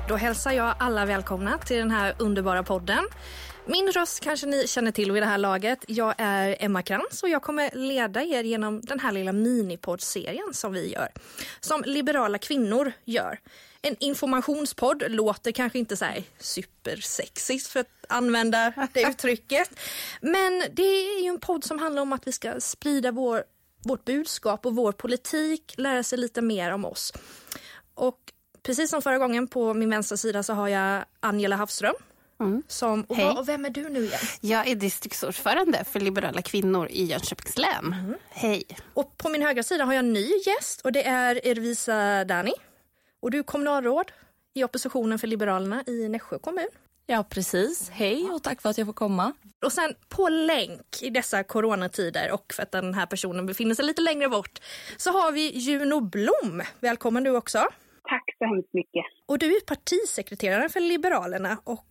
Då hälsar jag alla välkomna till den här underbara podden. Min röst kanske ni känner till vid det här laget. Jag är Emma Krantz och jag kommer leda er genom den här lilla minipoddserien som vi gör. Som liberala kvinnor gör. En informationspodd låter kanske inte så här supersexigt för att använda det uttrycket. Men det är ju en podd som handlar om att vi ska sprida vårt budskap och vår politik, lära sig lite mer om oss. Och precis som förra gången på min vänstra sida så har jag Angela Hafström. Och vem är du nu igen? Jag är distriktsordförande för liberala kvinnor i Jönköpings län. Hej. Och på min högra sida har jag en ny gäst och det är Ervisa Dani. Och du är kommunalråd i oppositionen för Liberalerna i Nässjö kommun. Ja, precis. Hej och tack för att jag får komma. Och sen på länk i dessa coronatider och för att den här personen befinner sig lite längre bort så har vi Juno Blom. Välkommen du också. Tack så hemskt mycket. Och du är partisekreterare för Liberalerna och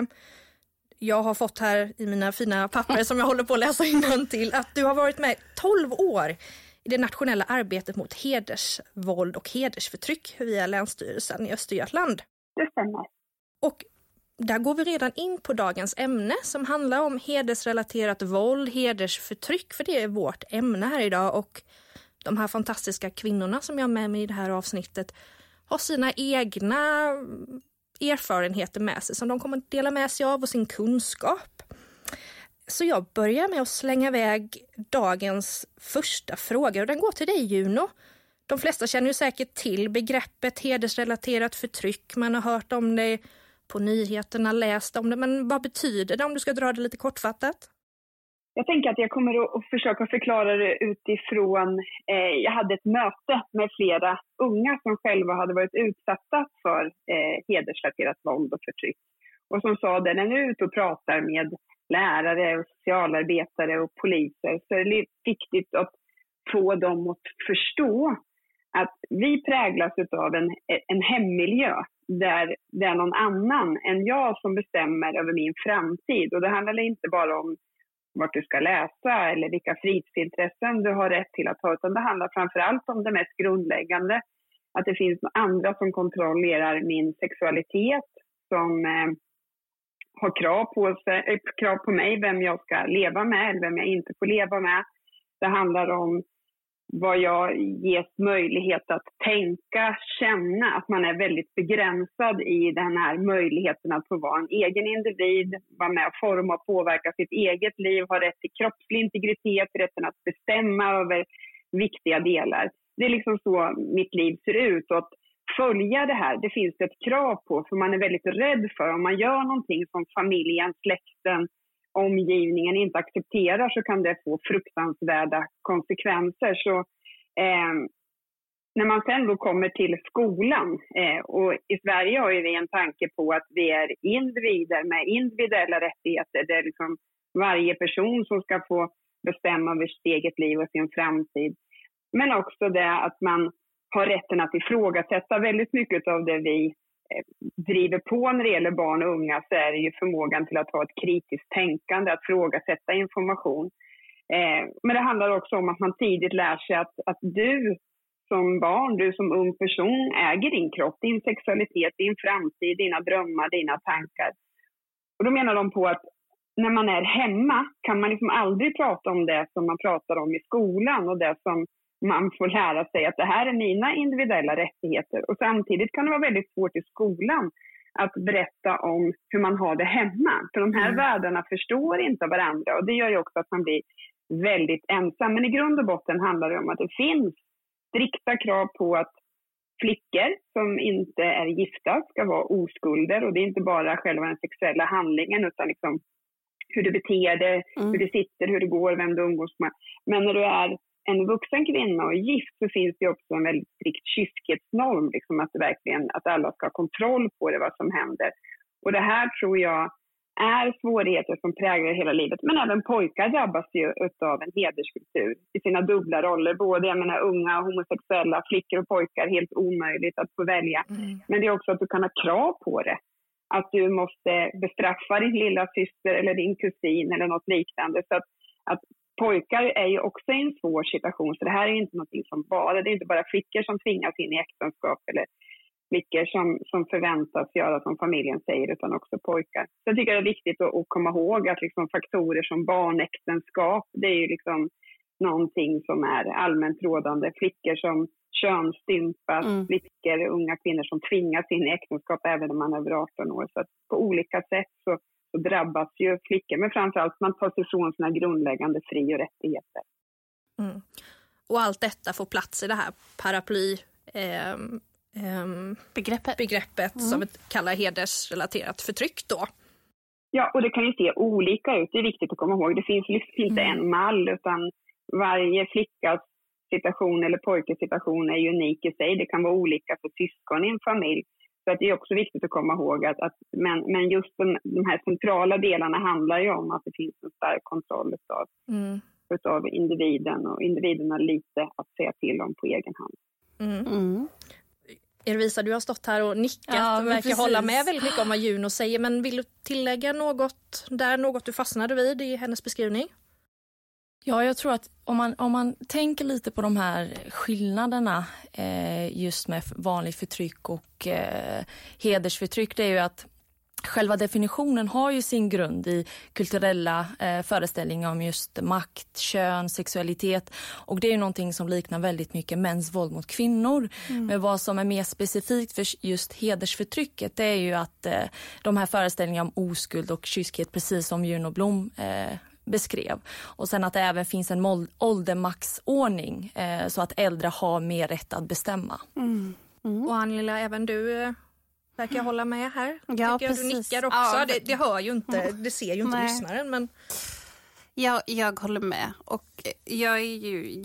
jag har fått här i mina fina papper som jag håller på att läsa innantill att du har varit med 12 år i det nationella arbetet mot hedersvåld och hedersförtryck via Länsstyrelsen i Östergötland. Det stämmer. Och där går vi redan in på dagens ämne som handlar om hedersrelaterat våld, hedersförtryck, för det är vårt ämne här idag. Och de här fantastiska kvinnorna som jag har med mig i det här avsnittet har sina egna erfarenheter med sig som de kommer att dela med sig av och sin kunskap. Så jag börjar med att slänga iväg dagens första fråga och den går till dig Juno. De flesta känner ju säkert till begreppet hedersrelaterat förtryck. Man har hört om det på nyheterna, läst om det. Men vad betyder det om du ska dra det lite kortfattat? Jag tänker att jag kommer att försöka förklara det utifrån, jag hade ett möte med flera unga som själva hade varit utsatta för hedersrelaterat våld och förtryck. Och som sa det, när du är ute och pratar med lärare och socialarbetare och poliser så är det viktigt att få dem att förstå att vi präglas av en hemmiljö där det är någon annan än jag som bestämmer över min framtid. Och det handlar inte bara om vart du ska läsa eller vilka fritidsintressen du har rätt till att ha, utan det handlar framförallt om det mest grundläggande. Att det finns andra som kontrollerar min sexualitet, som har krav på mig, vem jag ska leva med eller vem jag inte får leva med. Det handlar om vad jag ges möjlighet att tänka, känna, att man är väldigt begränsad i den här möjligheten att få vara en egen individ, vara med och forma och påverka sitt eget liv, ha rätt till kroppslig integritet, rätten att bestämma över viktiga delar. Det är liksom så mitt liv ser ut och att följa det här, det finns ett krav på, för man är väldigt rädd för om man gör någonting som familjen, släkten, omgivningen inte accepterar så kan det få fruktansvärda konsekvenser. Så när man sen då kommer till skolan och i Sverige har ju vi en tanke på att vi är individer med individuella rättigheter. Det är liksom varje person som ska få bestämma över sitt eget liv och sin framtid. Men också det att man har rätten att ifrågasätta väldigt mycket av det vi driver på när det gäller barn och unga, så är det ju förmågan till att ha ett kritiskt tänkande, att frågasätta information. Men det handlar också om att man tidigt lär sig att du som barn, du som ung person äger din kropp, din sexualitet, din framtid, dina drömmar, dina tankar. Och då menar de på att när man är hemma kan man liksom aldrig prata om det som man pratar om i skolan och det som man får lära sig att det här är mina individuella rättigheter. Och samtidigt kan det vara väldigt svårt i skolan att berätta om hur man har det hemma. För de här världarna förstår inte varandra och det gör ju också att man blir väldigt ensam. Men i grund och botten handlar det om att det finns strikta krav på att flickor som inte är gifta ska vara oskulder. Och det är inte bara själva den sexuella handlingen utan liksom hur du beter dig, hur du sitter, hur det går, vem du umgås med. Men när du är en vuxen kvinna och gift så finns det också en väldigt strikt kyskhetsnorm. Liksom att alla ska ha kontroll på det, vad som händer. Och det här tror jag är svårigheter som präglar hela livet. Men även pojkar drabbas ju av en hederskultur i sina dubbla roller. Både unga, homosexuella, flickor och pojkar. Helt omöjligt att få välja. Men det är också att du kan ha krav på det. Att du måste bestraffa din lilla syster eller din kusin eller något liknande. Så att pojkar är ju också i en svår situation. Så det här är inte något som det är inte bara flickor som tvingas in i äktenskap eller flickor som förväntas göra som familjen säger, utan också pojkar. Så jag tycker det är viktigt att komma ihåg att liksom faktorer som barnäktenskap, det är ju liksom någonting som är allmänt rådande. Flickor som könsstympas, flickor, unga kvinnor som tvingas in i äktenskap även när man är över 18 år. Så att på olika sätt så drabbas ju flickor, men framförallt man tar sig ifrån sina grundläggande fri- och rättigheter. Och allt detta får plats i det här paraply begreppet som vi kallar hedersrelaterat förtryck då. Ja, och det kan ju se olika ut. Det är viktigt att komma ihåg. Det finns inte en mall, utan varje flickas situation eller pojkes situation är unik i sig. Det kan vara olika för syskon i en familj. Så att det är också viktigt att komma ihåg men just de här centrala delarna handlar ju om att det finns en stark kontroll utav individen, och individen har lite att säga till om på egen hand. Ervisa, du har stått här och nickat och verkar hålla med väldigt mycket om vad Juno säger, men vill du tillägga något du fastnade vid i hennes beskrivning? Ja, jag tror att om man tänker lite på de här skillnaderna just med vanligt förtryck och hedersförtryck, det är ju att själva definitionen har ju sin grund i kulturella föreställningar om just makt, kön, sexualitet, och det är ju någonting som liknar väldigt mycket mäns våld mot kvinnor. Men vad som är mer specifikt för just hedersförtrycket, det är ju att de här föreställningarna om oskuld och kyskhet, precis som Juno Blom beskrev. Och sen att det även finns en åldermaxordning så att äldre har mer rätt att bestämma. Och Ann-Lilla, även du verkar hålla med här. Ja, precis. Du nickar också. Ja, det hör ju inte, det ser ju inte lyssnaren. Men... Jag håller med. Och jag är ju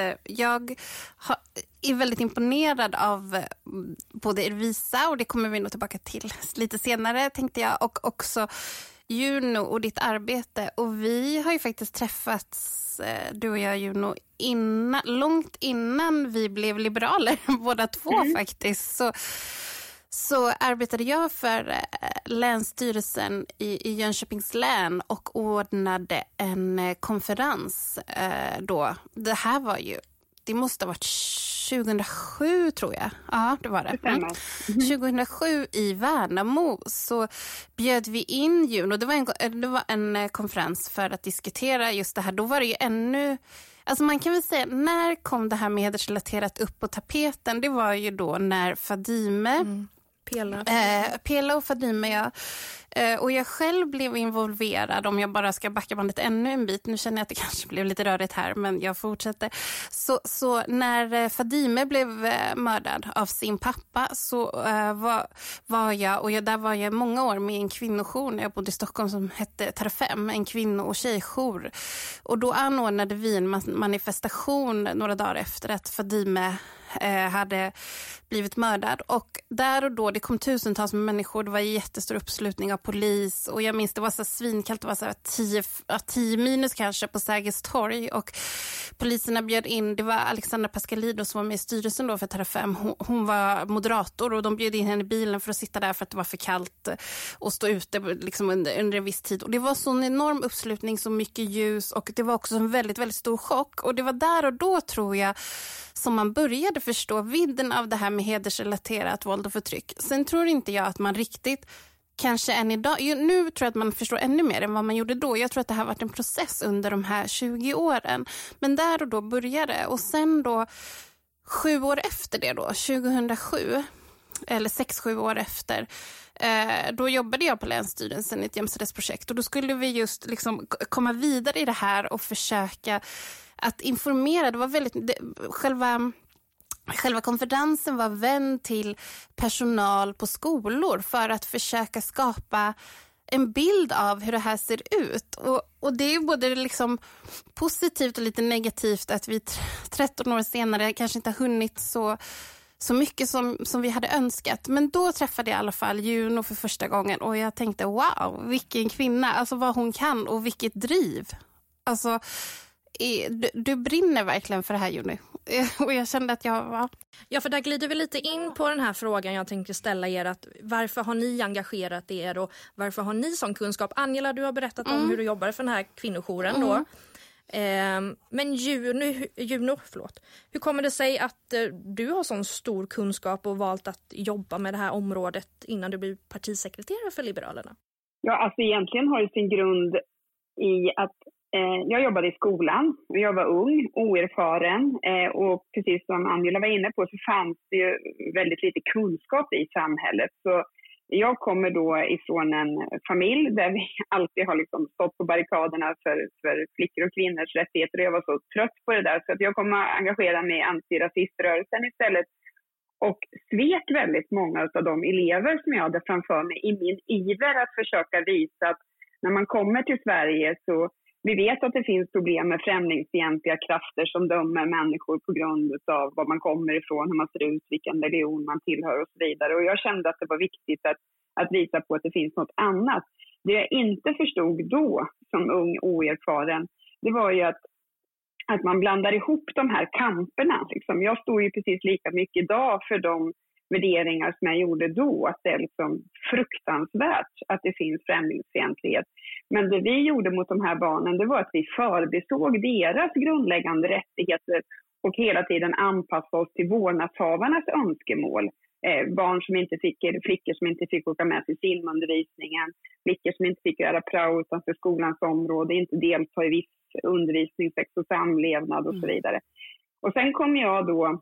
är väldigt imponerad av både Ervisa, och det kommer vi nog tillbaka till lite senare tänkte jag, och också Juno och ditt arbete. Och vi har ju faktiskt träffats, du och jag Juno, långt innan vi blev liberaler, båda två faktiskt. Så arbetade jag för länsstyrelsen i Jönköpings län och ordnade en konferens då. Det måste ha varit 2007 tror jag. Ja, det var det. 2007 i Värnamo så bjöd vi in Juno. Det var en konferens för att diskutera just det här. Då var det ju ännu... Alltså man kan väl säga, när kom det här med hedersrelaterat upp på tapeten? Det var ju då när Fadime... Pela och Fadime, ja. Och jag själv blev involverad, om jag bara ska backa bandet ännu en bit. Nu känner jag att det kanske blev lite rörigt här, men jag fortsätter. Så när Fadime blev mördad av sin pappa så var jag många år med en kvinnojour när jag bodde i Stockholm som hette Tarfem, en kvinno- och tjejjour. Och då anordnade vi en manifestation några dagar efter att Fadime hade blivit mördad, och där och då det kom tusentals människor, det var jättestor uppslutning av polis, och jag minns det var så svinkallt, det var så 10 minus kanske på Sergels torg, och poliserna bjöd in, det var Alexandra Pascalido som var med i styrelsen då för Tarfem, hon var moderator, och de bjöd in henne i bilen för att sitta där för att det var för kallt och stå ute liksom under en viss tid, och det var så en enorm uppslutning, så mycket ljus, och det var också en väldigt, väldigt stor chock, och det var där och då tror jag som man började förstå vidden av det här med hedersrelaterat våld och förtryck. Sen tror inte jag att man riktigt, kanske än idag, nu tror jag att man förstår ännu mer än vad man gjorde då. Jag tror att det här har varit en process under de här 20 åren. Men där och då började, och sen då 7 år efter det då, 2007, eller 6-7 år efter, då jobbade jag på Länsstyrelsen i ett jämställdhetsprojekt, och då skulle vi just liksom komma vidare i det här och försöka att informera. Det var själva konferensen var vänd till personal på skolor för att försöka skapa en bild av hur det här ser ut. Och det är ju både liksom positivt och lite negativt att vi 13 år senare kanske inte har hunnit så mycket som vi hade önskat. Men då träffade jag i alla fall Juno för första gången, och jag tänkte wow, vilken kvinna, alltså vad hon kan och vilket driv. Alltså du brinner verkligen för det här, Juno. Och jag kände att jag var... Ja, för där glider vi lite in på den här frågan jag tänkte ställa er. Att varför har ni engagerat er och varför har ni sån kunskap? Angela, du har berättat om hur du jobbar för den här kvinnojouren då. Men Juno, hur kommer det sig att du har sån stor kunskap och valt att jobba med det här området innan du blev partisekreterare för Liberalerna? Ja, alltså egentligen har det sin grund i att jag jobbade i skolan och jag var ung, oerfaren och precis som Angela var inne på så fanns det ju väldigt lite kunskap i samhället. Så jag kommer då ifrån en familj där vi alltid har liksom stått på barrikaderna för flickor och kvinnors rättigheter. Jag var så trött på det där så att jag kom att engagera mig i antirasiströrelsen istället och svek väldigt många av de elever som jag hade framför mig i min iver att försöka visa att när man kommer till Sverige så vi vet att det finns problem med främlingsfientliga krafter som dömer människor på grund av var man kommer ifrån, hur man ser ut, vilken religion man tillhör och så vidare. Och jag kände att det var viktigt att visa på att det finns något annat. Det jag inte förstod då som ung oerfaren, det var ju att man blandar ihop de här kamperna. Liksom. Jag står ju precis lika mycket idag för de värderingar som jag gjorde då, att det är liksom fruktansvärt att det finns främlingsfientlighet. Men det vi gjorde mot de här barnen, det var att vi förbisåg deras grundläggande rättigheter och hela tiden anpassade oss till vårdnadshavarnas önskemål. Barn som inte fick, eller flickor som inte fick åka med till simundervisningen, flickor som inte fick göra prao utanför skolans område, inte delta i viss undervisning, sex och samlevnad och så vidare. Och sen kom jag då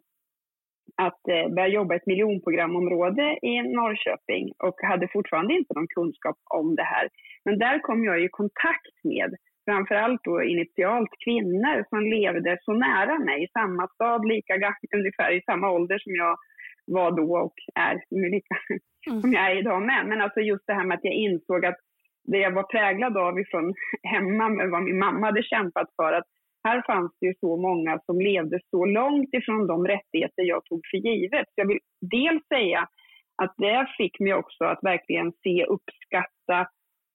att börja jobba i ett miljonprogramområde i Norrköping och hade fortfarande inte någon kunskap om det här. Men där kom jag i kontakt med framförallt då initialt kvinnor som levde så nära mig i samma stad, ungefär i samma ålder som jag var då och är lika som jag är idag med. Men alltså just det här med att jag insåg att det jag var präglad av ifrån hemma med vad min mamma hade kämpat för, att här fanns det ju så många som levde så långt ifrån de rättigheter jag tog för givet. Så jag vill dels säga att det fick mig också att verkligen uppskatta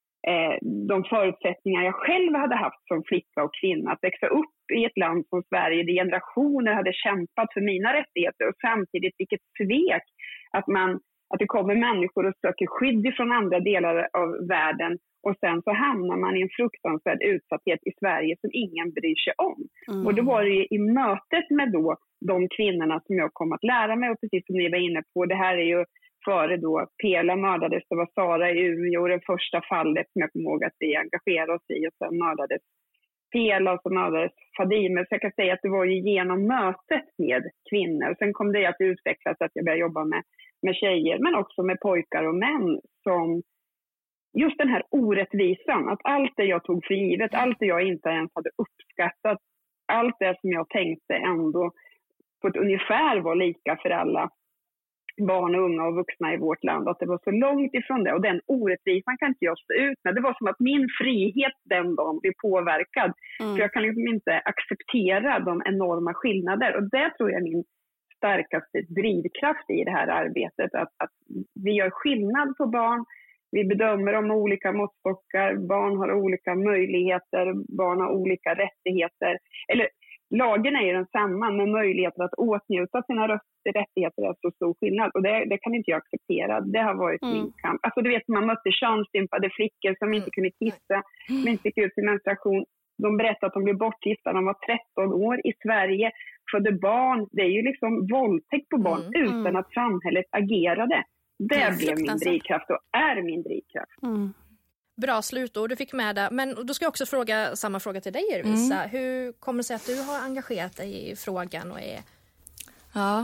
de förutsättningar jag själv hade haft som flicka och kvinna. Att växa upp i ett land som Sverige där generationer hade kämpat för mina rättigheter och samtidigt vilket svek att det kommer människor och söker skydd från andra delar av världen och sen så hamnar man i en fruktansvärd utsatthet i Sverige som ingen bryr sig om. Och då var det i mötet med då de kvinnorna som jag kom att lära mig, och precis som ni var inne på, det här är ju före då Pela mördades, det var Sara i Umeå, det första fallet som jag kommer ihåg att vi engagerade oss i, och sen mördades Pela och så mördades Fadime. Så jag kan säga att det var ju genom mötet med kvinnor. Sen kom det att utvecklas att jag började jobba med tjejer men också med pojkar och män, som just den här orättvisan, att allt det jag tog för givet, allt det jag inte ens hade uppskattat, allt det som jag tänkte ändå på ett ungefär var lika för alla barn och unga och vuxna i vårt land, att det var så långt ifrån det, och den orättvisan kan inte jag stå ut med. Det var som att min frihet den dagen blev påverkad, för jag kan liksom inte acceptera de enorma skillnader, och det tror jag är min starkaste drivkraft i det här arbetet, att vi gör skillnad på barn, vi bedömer dem med olika måttstockar, barn har olika möjligheter, barn har olika rättigheter, eller lagen är ju densamma, men möjligheten att åtnjuta sina rättigheter är så stor skillnad, och det kan inte jag acceptera. Det har varit min kamp. Alltså du vet, man mötte könsstympade flickor som inte kunde kissa, men inte fick ut sin menstruation. De berättade att de blev bortgifta, de var 13 år i Sverige, födde barn. Det är ju liksom våldtäkt på barn utan att samhället agerade. Det blev min drivkraft och är min drivkraft. Bra slutord du fick med det. Men då ska jag också fråga samma fråga till dig, Ervisa. Hur kommer det sig att du har engagerat dig i frågan och är... Ja,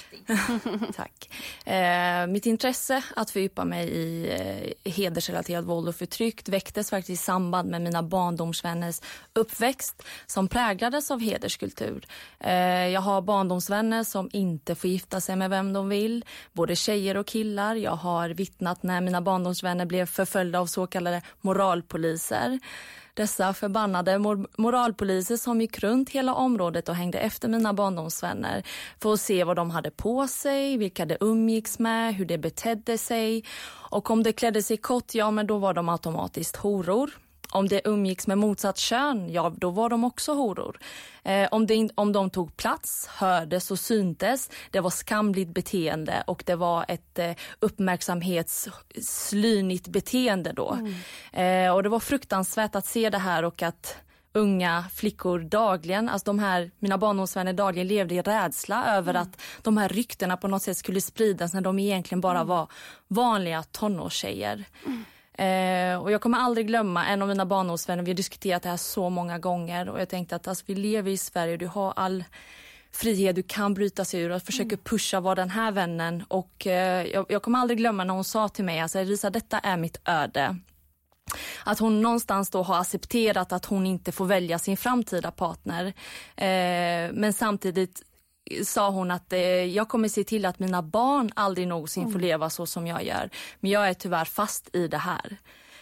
tack. Mitt intresse att fördjupa mig i hedersrelaterad våld och förtryck väcktes faktiskt i samband med mina barndomsvänners uppväxt som präglades av hederskultur. Jag har barndomsvänner som inte får gifta sig med vem de vill, både tjejer och killar. Jag har vittnat när mina barndomsvänner blev förföljda av så kallade moralpoliser. Dessa förbannade moralpoliser som gick runt hela området och hängde efter mina barndomsvänner för att se vad de hade på sig, vilka det umgicks med, hur det betedde sig. Och om det klädde sig kort, ja men då var de automatiskt horor. Om det umgicks med motsatt kön, ja då var de också horor. Om de tog plats, hördes och syntes, det var skamligt beteende och det var ett uppmärksamhetslynigt beteende då. Och det var fruktansvärt att se det här och att unga flickor dagligen, alltså mina barndomsvänner dagligen levde i rädsla över att de här ryktena på något sätt skulle spridas när de egentligen bara var vanliga tonårstjejer. Och jag kommer aldrig glömma en av mina barndomsvänner, vi har diskuterat det här så många gånger och jag tänkte att alltså, vi lever i Sverige och du har all frihet, du kan bryta sig ur och försöker pusha var den här vännen och jag kommer aldrig glömma när hon sa till mig, alltså Risa, detta är mitt öde. Att hon någonstans då har accepterat att hon inte får välja sin framtida partner. Men samtidigt sa hon att jag kommer se till att mina barn aldrig någonsin får leva så som jag gör. Men jag är tyvärr fast i det här.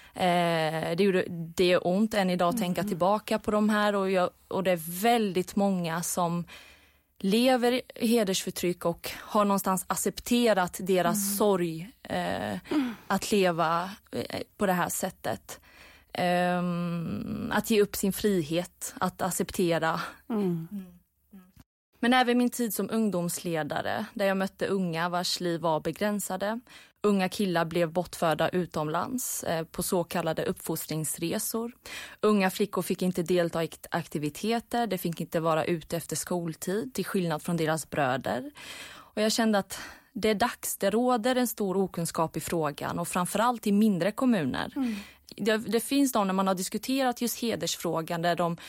Det är ont än idag att tänka tillbaka på de här och det är väldigt många som lever i hedersförtryck och har någonstans accepterat deras sorg att leva på det här sättet. Att ge upp sin frihet, att acceptera. Men även min tid som ungdomsledare där jag mötte unga vars liv var begränsade. Unga killar blev bortförda utomlands på så kallade uppfostringsresor. Unga flickor fick inte delta i aktiviteter, de fick inte vara ute efter skoltid till skillnad från deras bröder. Och jag kände att det är dags, det råder en stor okunskap i frågan och framförallt i mindre kommuner. Det finns de när man har diskuterat just hedersfrågan där de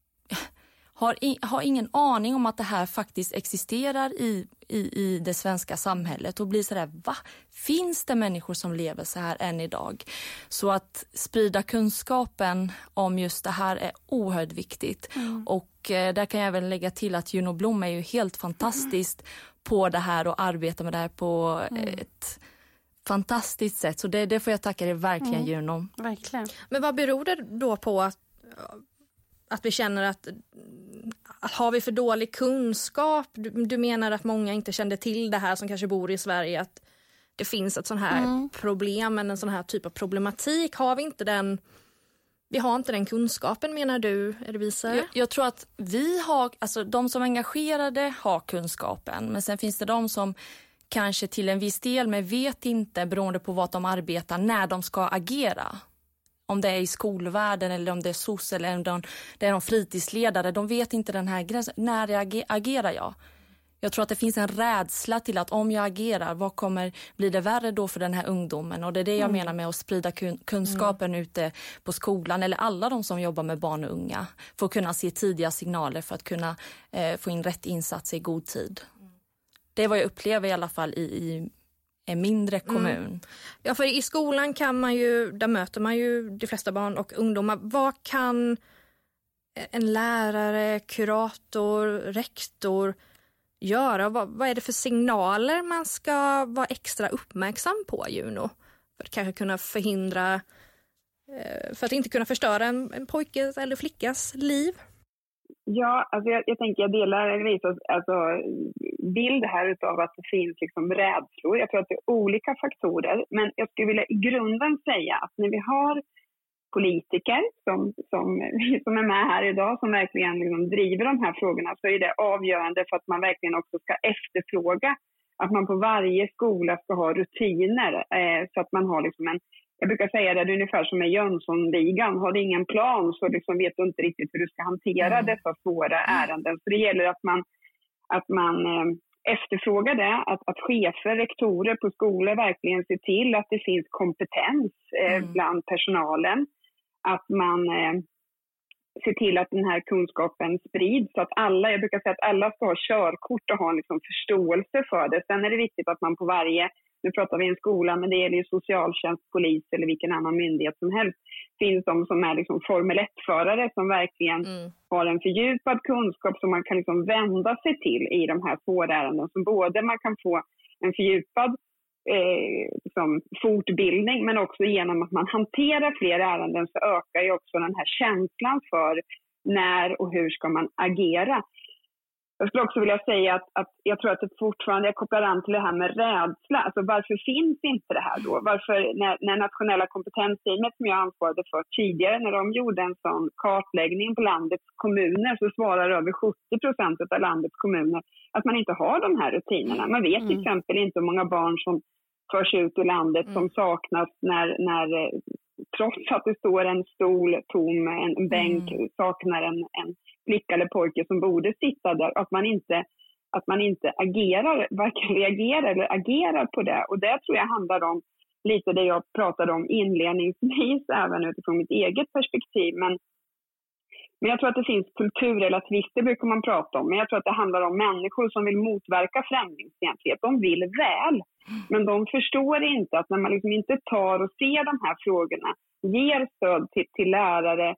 har ingen aning om att det här faktiskt existerar i det svenska samhället och blir sådär, va? Finns det människor som lever så här än idag? Så att sprida kunskapen om just det här är oerhört viktigt. Och där kan jag även lägga till att Juno Blom är ju helt fantastiskt på det här och arbetar med det här på ett fantastiskt sätt. Så det får jag tacka dig verkligen, Juno. Verkligen. Men vad beror det då på att vi känner att har vi för dålig kunskap? Du menar att många inte kände till det här som kanske bor i Sverige, att det finns ett sån här problem, en sån här typ av problematik. Har vi inte den kunskapen, menar du, Ervisa? Jag tror att de som är engagerade har kunskapen, men sen finns det de som kanske till en viss del men vet inte, beroende på vad de arbetar, när de ska agera. Om det är i skolvärlden eller om det är SOS eller om det är de fritidsledare. De vet inte den här gränsen. När agerar jag? Jag tror att det finns en rädsla till att om jag agerar, blir det värre då för den här ungdomen? Och det är det jag menar med att sprida kunskapen ute på skolan eller alla de som jobbar med barn och unga. För att kunna se tidiga signaler för att kunna få in rätt insatser i god tid. Det är vad jag upplever i alla fall i en mindre kommun. Ja, för i skolan där möter man ju de flesta barn och ungdomar. Vad kan en lärare, kurator, rektor göra? Vad är det för signaler man ska vara extra uppmärksam på, Juno? För att kanske kunna förhindra, för att inte kunna förstöra en pojkes eller flickas liv? Ja, alltså jag tänker jag delar Elisas bild här utav att det finns liksom rädslor. Jag tror att det är olika faktorer, men jag skulle vilja i grunden säga att när vi har politiker som är med här idag, som verkligen liksom driver de här frågorna, så är det avgörande för att man verkligen också ska efterfråga att man på varje skola ska ha rutiner så att man har liksom jag brukar säga det är ungefär som med Jönssonligan. Har du ingen plan så liksom vet du inte riktigt hur du ska hantera dessa svåra ärenden. Så det gäller att man efterfrågar det. Att chefer, rektorer på skolor verkligen ser till att det finns kompetens bland personalen. Att man ser till att den här kunskapen sprids. Så att jag brukar säga att alla ska ha körkort och ha liksom förståelse för det. Sen är det viktigt att man på nu pratar vi en skola, men det gäller ju socialtjänst, polis eller vilken annan myndighet som helst. Finns de som är liksom Formel 1-förare som verkligen har en fördjupad kunskap som man kan liksom vända sig till i de här svårärenden. Som både man kan få en fördjupad liksom fortbildning, men också genom att man hanterar fler ärenden så ökar ju också den här känslan för när och hur ska man agera. Jag skulle också vilja säga att jag tror att det fortfarande, jag kopplar an till det här med rädsla. Alltså varför finns inte det här då? Varför när nationella kompetensteamet som jag ansvarade för tidigare, när de gjorde en sån kartläggning på landets kommuner, så svarar över 70% av landets kommuner att man inte har de här rutinerna. Man vet till exempel inte hur många barn som förs ut ur landet som saknas när trots att det står en stol tom, en bänk, saknar en flicka eller pojke som borde sitta där, att man inte agerar, varken reagerar eller agerar på det. Och det tror jag handlar om lite det jag pratade om inledningsvis, även utifrån mitt eget perspektiv. Men jag tror att det finns kulturrelativister, brukar man prata om. Men jag tror att det handlar om människor som vill motverka främlingsfientlighet. De vill väl, men de förstår inte att när man liksom inte tar och ser de här frågorna, ger stöd till lärare,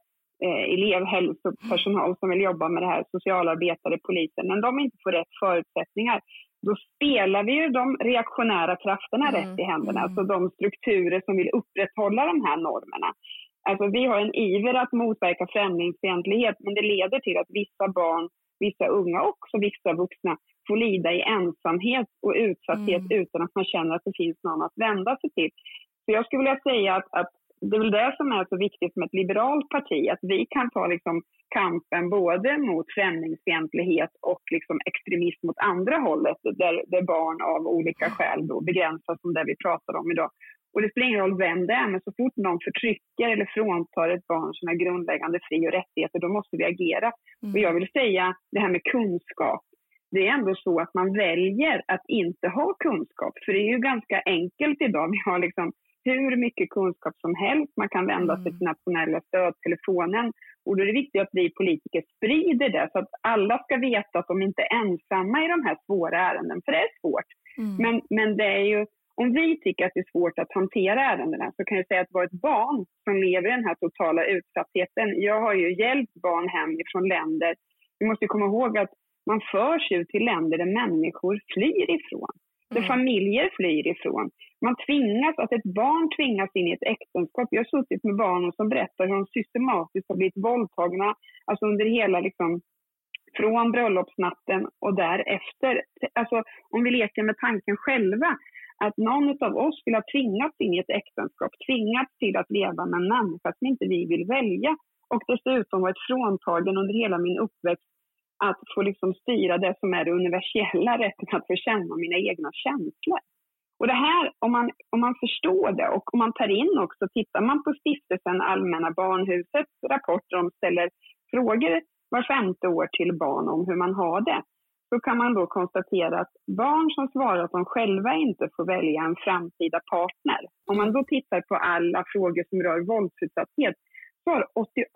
elevhälsopersonal som vill jobba med det här, socialarbetare, polisen, men de inte får rätt förutsättningar, då spelar vi ju de reaktionära krafterna rätt i händerna. Alltså de strukturer som vill upprätthålla de här normerna. Alltså vi har en iver att motverka främlingsfientlighet, men det leder till att vissa barn, vissa unga och också vissa vuxna får lida i ensamhet och utsatthet utan att man känner att det finns någon att vända sig till. Så jag skulle vilja säga att det är väl det som är så viktigt med ett liberalt parti, att vi kan ta liksom kampen både mot främlingsfientlighet och liksom extremism åt andra hållet, där barn av olika skäl då begränsas som det vi pratar om idag. Och det spelar ingen roll vem det är, men så fort någon förtrycker eller fråntar ett barn som är grundläggande fri- och rättigheter, då måste vi agera. Och jag vill säga, det här med kunskap, det är ändå så att man väljer att inte ha kunskap. För det är ju ganska enkelt idag. Vi har liksom hur mycket kunskap som helst. Man kan vända sig till nationella stödtelefonen. Och då är det viktigt att vi politiker sprider det så att alla ska veta att de inte är ensamma i de här svåra ärenden. För det är svårt. Men det är ju, om vi tycker att det är svårt att hantera ärendena, så kan jag säga att det var ett barn som lever i den här totala utsattheten. Jag har ju hjälpt barn hem från länder. Vi måste komma ihåg att man förs ut till länder där människor flyr ifrån. Där familjer flyr ifrån. Man tvingas, att ett barn tvingas in i ett äktenskap. Jag har suttit med barnen som berättar hur de systematiskt har blivit våldtagna. Alltså under hela liksom, från bröllopsnatten och därefter. Alltså om vi leker med tanken själva, att någon av oss skulle ha tvingats in i ett äktenskap, tvingats till att leva med en människa som inte vi vill välja. Och dessutom varit fråntagen under hela min uppväxt att få liksom styra det som är det universella, rätten att få känna mina egna känslor. Och det här, om man förstår det och om man tar in också, tittar man på stiftelsen Allmänna barnhusets rapporter, de ställer frågor var 5:e år till barn om hur man har det, så kan man då konstatera att barn som svarar att de själva inte får välja en framtida partner, om man då tittar på alla frågor som rör våldsutsatthet, så har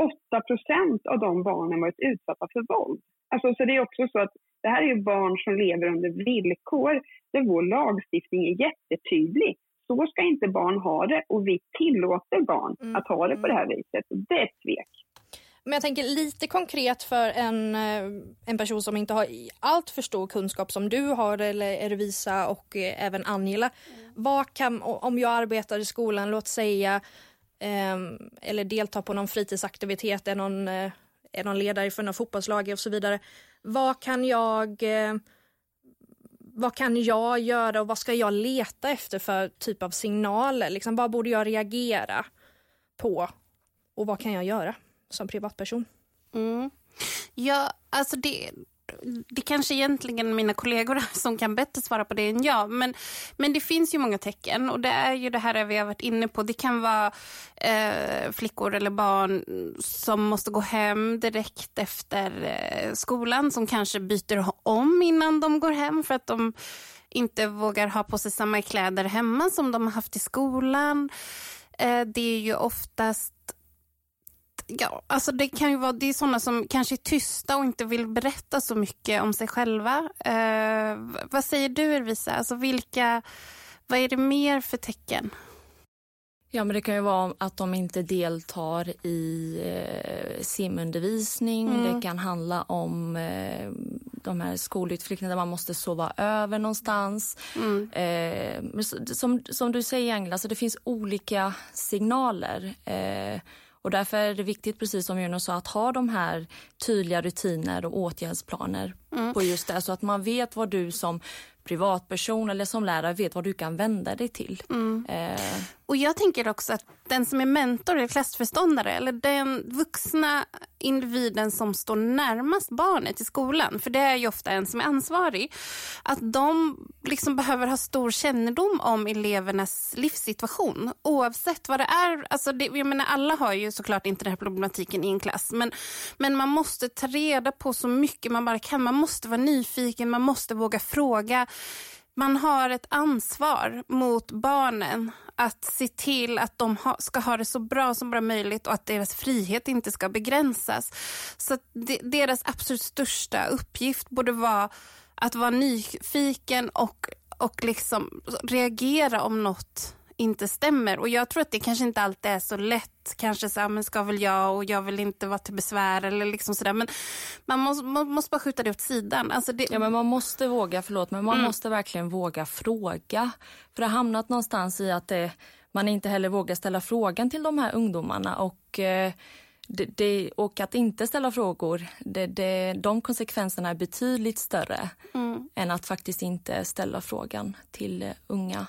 88% av de barnen varit utsatta för våld. Alltså, så det är också så att det här är ju barn som lever under villkor där vår lagstiftning är jättetydlig. Så ska inte barn ha det, och vi tillåter barn att ha det på det här viset. Det är ett svek. Men jag tänker lite konkret för en person som inte har allt för stor kunskap som du har, eller Ervisa och även Angela. Vad kan, om jag arbetar i skolan, låt säga, eller deltar på någon fritidsaktivitet, är någon ledare för någon fotbollslag och så vidare. Vad kan jag göra och vad ska jag leta efter för typ av signaler? Liksom, vad borde jag reagera på och vad kan jag göra som privatperson? Ja, alltså det kanske egentligen mina kollegor som kan bättre svara på det än jag. Men det finns ju många tecken, och det är ju det här vi har varit inne på. Det kan vara flickor eller barn som måste gå hem direkt efter skolan, som kanske byter om innan de går hem för att de inte vågar ha på sig samma kläder hemma som de har haft i skolan. Det är ju oftast, ja, alltså det kan ju vara, det är sådana som kanske är tysta och inte vill berätta så mycket om sig själva. Vad säger du, Ervisa? Alltså vad är det mer för tecken? Ja, men det kan ju vara att de inte deltar i simundervisning. Det kan handla om de här skolutflykterna där man måste sova över någonstans. Som du säger, Angela, så det finns olika signaler. Och därför är det viktigt, precis som Juno sa, att ha de här tydliga rutiner och åtgärdsplaner på just det. Så att man vet vad du som privatperson eller som lärare vet vad du kan vända dig till. Och jag tänker också att den som är mentor eller klassförståndare eller den vuxna individen som står närmast barnet i skolan, för det är ju ofta en som är ansvarig, att de liksom behöver ha stor kännedom om elevernas livssituation oavsett vad det är. Alltså jag menar, alla har ju såklart inte den här problematiken i en klass, men man måste ta reda på så mycket man bara kan. Man måste vara nyfiken, man måste våga fråga. Man har ett ansvar mot barnen att se till att de ska ha det så bra som bara möjligt och att deras frihet inte ska begränsas. Så att deras absolut största uppgift borde vara att vara nyfiken och liksom reagera om något inte stämmer. Och jag tror att det kanske inte alltid är så lätt. Kanske så här, men ska väl jag och jag vill inte vara till besvär eller liksom sådär. Men man måste bara skjuta det åt sidan. Alltså det... Ja, men man måste våga, man måste verkligen våga fråga. För det har hamnat någonstans i att man inte heller vågar ställa frågan till de här ungdomarna. Och att inte ställa frågor, de konsekvenserna är betydligt större än att faktiskt inte ställa frågan till unga.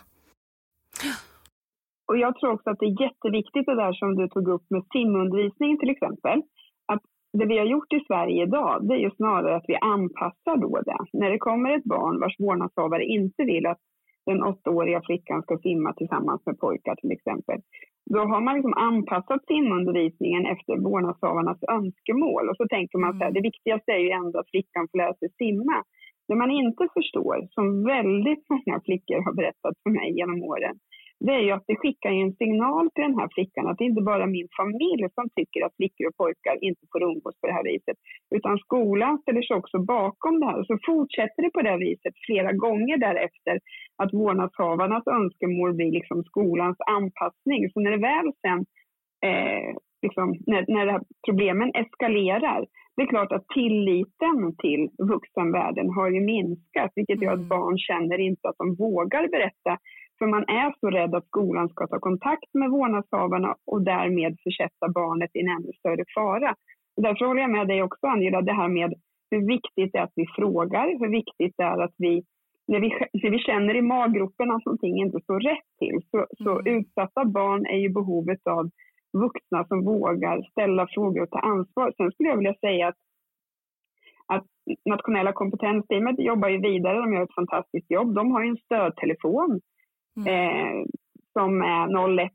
Och jag tror också att det är jätteviktigt det där som du tog upp med simundervisning till exempel. Att det vi har gjort i Sverige idag, det är ju snarare att vi anpassar då det. När det kommer ett barn vars vårdnadshavare inte vill att den 8-åriga flickan ska simma tillsammans med pojkar till exempel. Då har man liksom anpassat simundervisningen efter vårdnadshavarnas önskemål. Och så tänker man så här, det viktigaste är ju ändå att flickan får lära sig simma. Det man inte förstår, som väldigt många flickor har berättat för mig genom åren, det är ju att det skickar en signal till den här flickan att det inte bara är min familj som tycker att flickor och pojkar inte får umgås på det här viset. Utan skolan ställer sig också bakom det här. Och så fortsätter det på det här viset flera gånger därefter att vårdnadshavarnas önskemål blir liksom skolans anpassning. Så när det väl sen, när det här problemen eskalerar, det är klart att tilliten till vuxenvärlden har ju minskat. Vilket gör att barn känner inte att de vågar berätta. För man är så rädd att skolan ska ta kontakt med vårdnadshavarna och därmed försätta barnet i en ännu större fara. Och därför håller jag med dig också, Angela, det här med hur viktigt det är att vi frågar, hur viktigt det är att vi, när vi känner i maggropen att någonting inte står rätt till, så utsatta barn är ju behovet av vuxna som vågar ställa frågor och ta ansvar. Sen skulle jag vilja säga att nationella kompetensteamet jobbar ju vidare, de gör ett fantastiskt jobb. De har ju en stödtelefon som är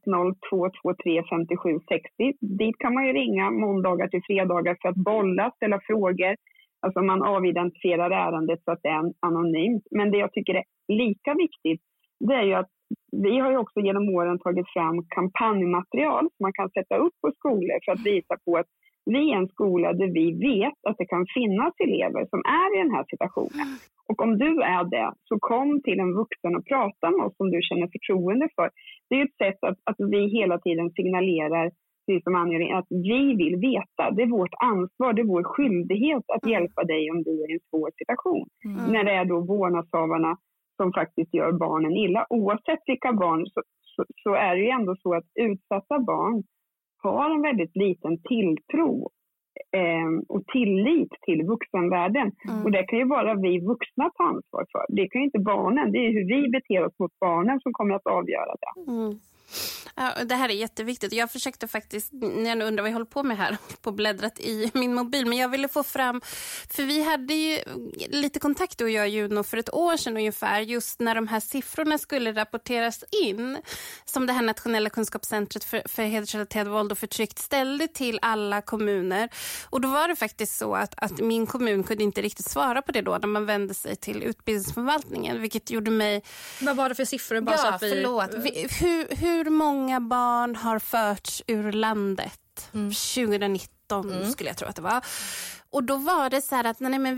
0102235760. Dit kan man ju ringa måndagar till fredagar för att bolla, ställa frågor. Alltså man avidentifierar ärendet så att det är anonymt. Men det jag tycker är lika viktigt, det är ju att vi har ju också genom åren tagit fram kampanjmaterial som man kan sätta upp på skolor för att visa på att vi är en skola där vi vet att det kan finnas elever som är i den här situationen. Och om du är det, så kom till en vuxen och prata med oss som du känner förtroende för. Det är ett sätt att vi hela tiden signalerar, precis som Angeling, att vi vill veta. Det är vårt ansvar, det är vår skyldighet att hjälpa dig om du är i en svår situation. När det är då vårdnadshavarna som faktiskt gör barnen illa. Oavsett vilka barn så är det ju ändå så att utsatta barn har en väldigt liten tilltro och tillit till vuxenvärlden. Och det kan ju bara vi vuxna ta ansvar för. Det kan ju inte barnen. Det är hur vi beter oss mot barnen som kommer att avgöra det. Ja, det här är jätteviktigt. Jag försökte faktiskt, när jag undrar vad jag håller på med här, på bläddrat i min mobil. Men jag ville få fram, för vi hade ju lite kontakt och jag Juno för ett år sedan ungefär, just när de här siffrorna skulle rapporteras in, som det här nationella kunskapscentret för hedersrelaterat våld och förtryck ställde till alla kommuner. Och då var det faktiskt så att min kommun kunde inte riktigt svara på det då, när man vände sig till utbildningsförvaltningen, vilket gjorde mig... Vad var det för siffror? Bara så att vi... förlåt. Hur många barn har förts ur landet 2019 skulle jag tro att det var. Och då var det så här att nej, men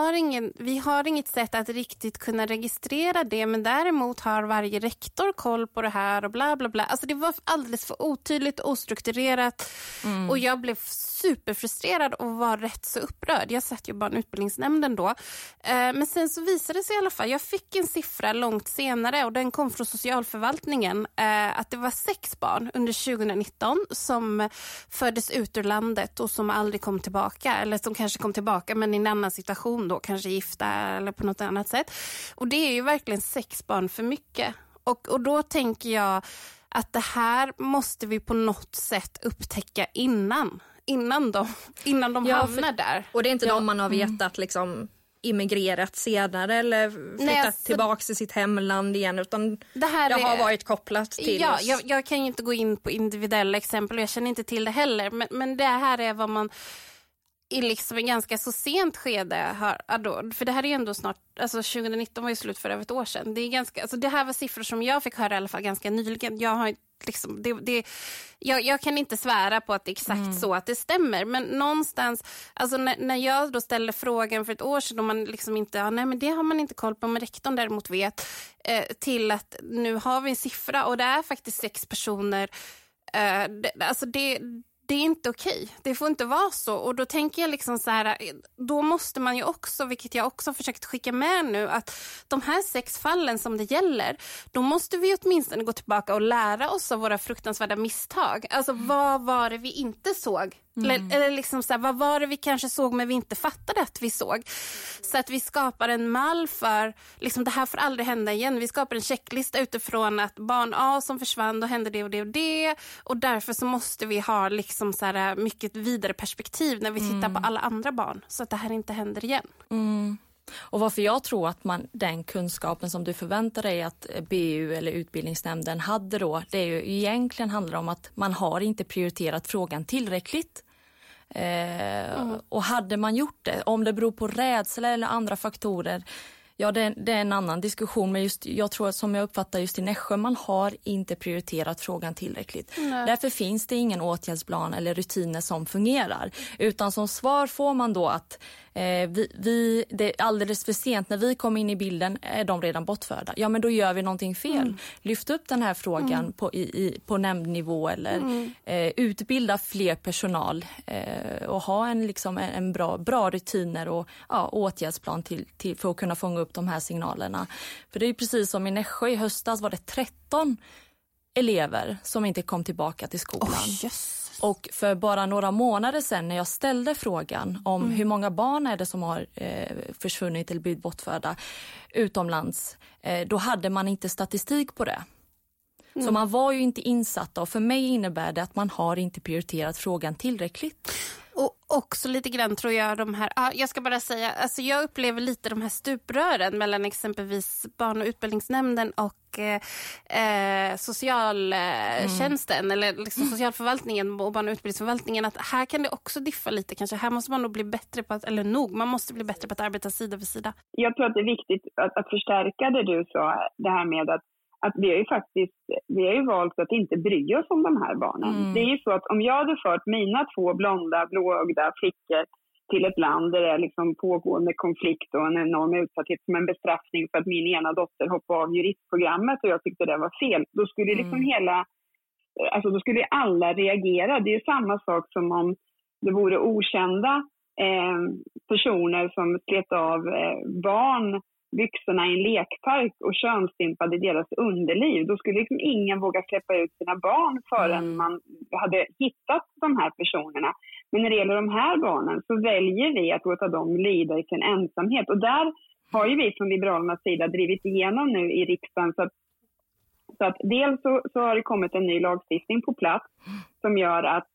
vi har inget sätt att riktigt kunna registrera det, men däremot har varje rektor koll på det här och bla bla bla. Alltså det var alldeles för otydligt och ostrukturerat och jag blev superfrustrerad och var rätt så upprörd. Jag satt ju bara i utbildningsnämnden då. Men sen så visade det sig i alla fall, jag fick en siffra långt senare och den kom från socialförvaltningen, att det var 6 barn under 2019 som fördes ut ur landet och som aldrig kom tillbaka, eller som kanske kanske kom tillbaka men i en annan situation då, kanske gifta eller på något annat sätt. Och det är ju verkligen 6 barn för mycket. Och då tänker jag att det här måste vi på något sätt upptäcka innan de hamnar där. Och det är inte de man har vetat liksom immigrerat senare eller flyttat tillbaka till sitt hemland igen, utan det har varit kopplat till oss. Jag kan ju inte gå in på individuella exempel och jag känner inte till det heller, men det här är vad man i liksom en ganska så sent skede har, för det här är ändå snart, alltså 2019 var ju slut för över ett år sedan. Det är ganska, alltså det här var siffror som jag fick höra i alla fall ganska nyligen. Jag har liksom, jag kan inte svära på att det är exakt så att det stämmer, men någonstans, alltså när jag då ställde frågan för ett år sedan och man liksom inte, nej men det har man inte koll på, men rektorn däremot vet, till att nu har vi en siffra och det är faktiskt 6 personer, alltså det är inte okej. Det får inte vara så. Och då tänker jag liksom så här, då måste man ju också, vilket jag också försökt skicka med nu, att de här 6 fallen som det gäller, då måste vi åtminstone gå tillbaka och lära oss av våra fruktansvärda misstag. Alltså vad var det vi inte såg? Eller liksom så här, vad var det vi kanske såg men vi inte fattade att vi såg? Så att vi skapar en mall för, liksom det här får aldrig hända igen. Vi skapar en checklista utifrån att barn A som försvann, då hände det och det och det. Och därför så måste vi ha liksom så här mycket vidare perspektiv när vi tittar på alla andra barn. Så att det här inte händer igen. Och varför jag tror att den kunskapen som du förväntar dig att BU eller utbildningsnämnden hade då, det är ju egentligen handlar om att man har inte prioriterat frågan tillräckligt. Och hade man gjort det, om det beror på rädsla eller andra faktorer, ja det är en annan diskussion, men just, jag tror att som jag uppfattar just i Nässjö, man har inte prioriterat frågan tillräckligt. Därför finns det ingen åtgärdsplan eller rutiner som fungerar, utan som svar får man då att det är alldeles för sent, när vi kommer in i bilden är de redan bortförda. Ja, men då gör vi någonting fel. Lyft upp den här frågan på nämndnivå eller utbilda fler personal och ha en bra rutiner och åtgärdsplan till för att kunna fånga upp de här signalerna. För det är ju precis som i Nässjö i höstas var det 13 elever som inte kom tillbaka till skolan. Och för bara några månader sedan när jag ställde frågan om hur många barn är det som har försvunnit eller blivit bortförda utomlands, då hade man inte statistik på det. Så man var ju inte insatta, och för mig innebär det att man har inte prioriterat frågan tillräckligt. Och också lite grann tror jag de här, jag ska bara säga, alltså jag upplever lite de här stuprören mellan exempelvis barn- och utbildningsnämnden och socialtjänsten eller liksom socialförvaltningen och barn- och utbildningsförvaltningen, att här kan det också diffa lite kanske. Här måste man nog bli bättre på att, man måste bli bättre på att arbeta sida vid sida. Jag tror att det är viktigt att förstärka det du sa, det här med att vi har ju valt att inte bry oss om de här barnen. Det är ju så att om jag hade fört mina 2 blonda, blåögda flickor till ett land där det är liksom pågående konflikt och en enorm utsatthet som en bestraffning för att min ena dotter hoppade av juristprogrammet och jag tyckte det var fel, då skulle liksom då skulle alla reagera. Det är ju samma sak som om det vore okända personer som slet av barn byxorna i en lekpark och könsstympade deras underliv. Då skulle liksom ingen våga släppa ut sina barn förrän man hade hittat de här personerna. Men när det gäller de här barnen så väljer vi att låta dem lida i sin ensamhet. Och där har ju vi från Liberalernas sida drivit igenom nu i riksdagen så att dels så har det kommit en ny lagstiftning på plats som gör att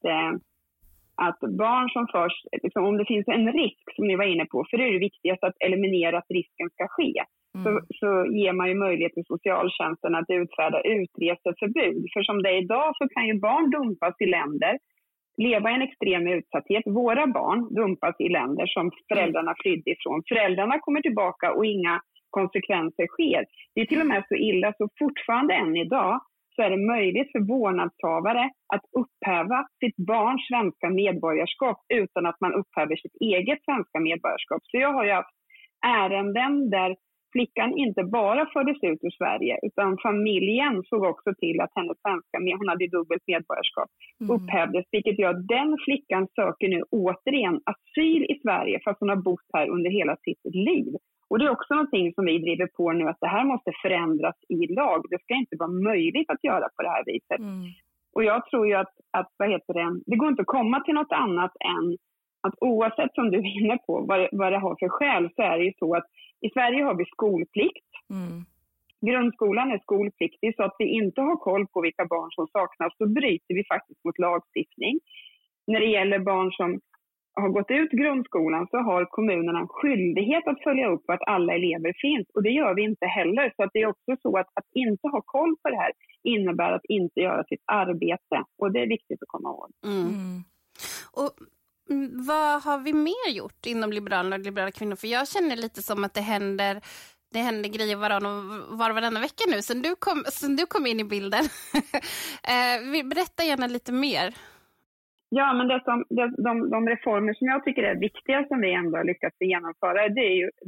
barn som först, liksom, om det finns en risk som ni var inne på, för det är det viktigaste att eliminera att risken ska ske, så ger man ju möjlighet till socialtjänsten att utfärda utreseförbud. För som det är idag så kan ju barn dumpas i länder, leva i en extrem utsatthet. Våra barn dumpas i länder som föräldrarna flydde ifrån. Föräldrarna kommer tillbaka och inga konsekvenser sker. Det är till och med så illa så fortfarande än idag så är det möjligt för vårdnadshavare att upphäva sitt barns svenska medborgarskap utan att man upphäver sitt eget svenska medborgarskap. Så jag har ju haft ärenden där flickan inte bara fördes ut ur Sverige utan familjen såg också till att hennes svenska, hon hade dubbelt medborgarskap, upphävdes. Vilket gör att den flickan söker nu återigen asyl i Sverige fast hon har bott här under hela sitt liv. Och det är också någonting som vi driver på nu, att det här måste förändras i lag. Det ska inte vara möjligt att göra på det här viset. Och jag tror ju att det går inte att komma till något annat än att oavsett som du är inne på vad det har för skäl, så är det ju så att i Sverige har vi skolplikt. Grundskolan är skolpliktig, så att vi inte har koll på vilka barn som saknas, så bryter vi faktiskt mot lagstiftning. När det gäller barn som har gått ut grundskolan så har kommunerna en skyldighet att följa upp att alla elever finns, och det gör vi inte heller. Så att det är också så att inte ha koll på det här innebär att inte göra sitt arbete, och det är viktigt att komma ihåg. Och vad har vi mer gjort inom Liberalerna och Liberala kvinnor? För jag känner lite som att det händer grejer varenda vecka nu sen du kom in i bilden. Berätta gärna lite mer. Ja, men de reformer som jag tycker är viktiga som vi ändå har lyckats genomföra, det är ju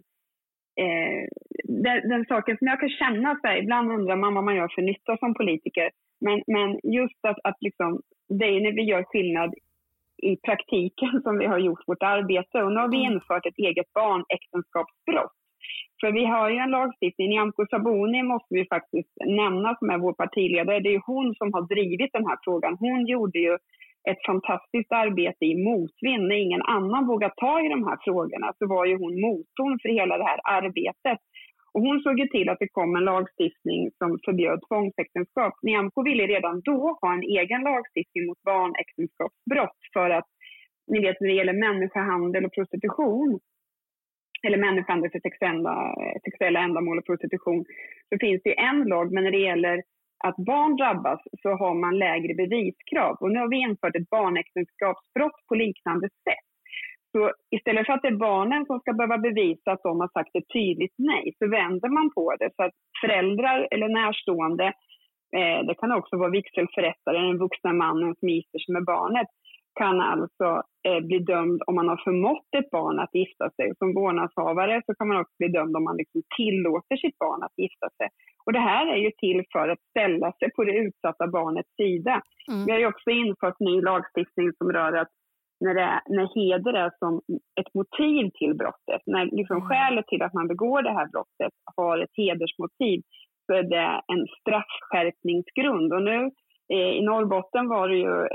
den saken som jag kan känna sig. Ibland undrar man vad man gör för nytta som politiker. Men just att liksom, det är när vi gör skillnad i praktiken som vi har gjort vårt arbete. Och nu har vi infört ett eget barnäktenskapsbrott. För vi har ju en lagstiftning. Nyamko Sabuni måste vi faktiskt nämna, som är vår partiledare. Det är ju hon som har drivit den här frågan. Hon gjorde ju ett fantastiskt arbete i motvind. När ingen annan vågar ta i de här frågorna så var ju hon motorn för hela det här arbetet. Och hon såg ju till att det kom en lagstiftning som förbjöd tvångsäktenskap. Nyamko ville redan då ha en egen lagstiftning mot barnäktenskapsbrott, för att ni vet, när det gäller människohandel och prostitution, eller människohandel för sexuella ändamål och prostitution, så finns det en lag, men när det gäller att barn drabbas så har man lägre beviskrav. Och nu har vi infört ett barnäktenskapsbrott på liknande sätt. Så istället för att det är barnen som ska behöva bevisa att de har sagt ett tydligt nej, så vänder man på det så att föräldrar eller närstående, det kan också vara vigselförrättare, den vuxna mannen som gifter sig med barnet, kan alltså bli dömd om man har förmått ett barn att gifta sig. Som vårdnadshavare så kan man också bli dömd om man liksom tillåter sitt barn att gifta sig. Och det här är ju till för att ställa sig på det utsatta barnets sida. Vi har ju också infört ny lagstiftning som rör att när heder är som ett motiv till brottet, när liksom skälet till att man begår det här brottet har ett hedersmotiv, så är det en straffskärpningsgrund. Och nu i Norrbotten var det ju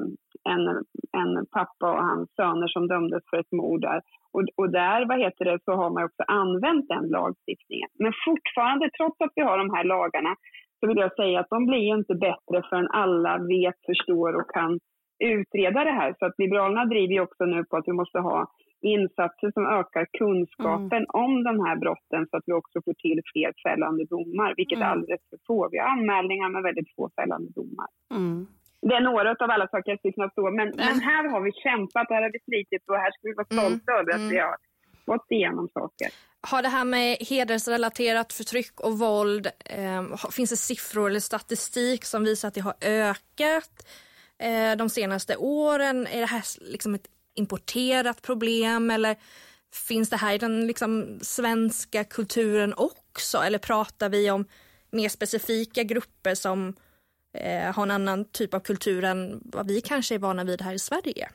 en pappa och hans söner som dömdes för ett mord där. Och där, så har man också använt den lagstiftningen. Men fortfarande, trots att vi har de här lagarna, så vill jag säga att de blir inte bättre förrän alla vet, förstår och kan utreda det här. Så att Liberalerna driver ju också nu på att vi måste ha insatser som ökar kunskapen om de här brotten, så att vi också får till fler fällande domar, vilket är alldeles för få. Vi har anmälningar med väldigt få fällande domar. Det är några av alla saker jag skulle kunna stå, men här har vi kämpat, här har vi slitit, och här ska vi vara stolta över att vi har gått igenom saker. Har det här med hedersrelaterat förtryck och våld, finns det siffror eller statistik som visar att det har ökat de senaste åren? Är det här liksom ett importerat problem, eller finns det här i den liksom svenska kulturen också, eller pratar vi om mer specifika grupper som har en annan typ av kultur än vad vi kanske är vana vid här i Sverige?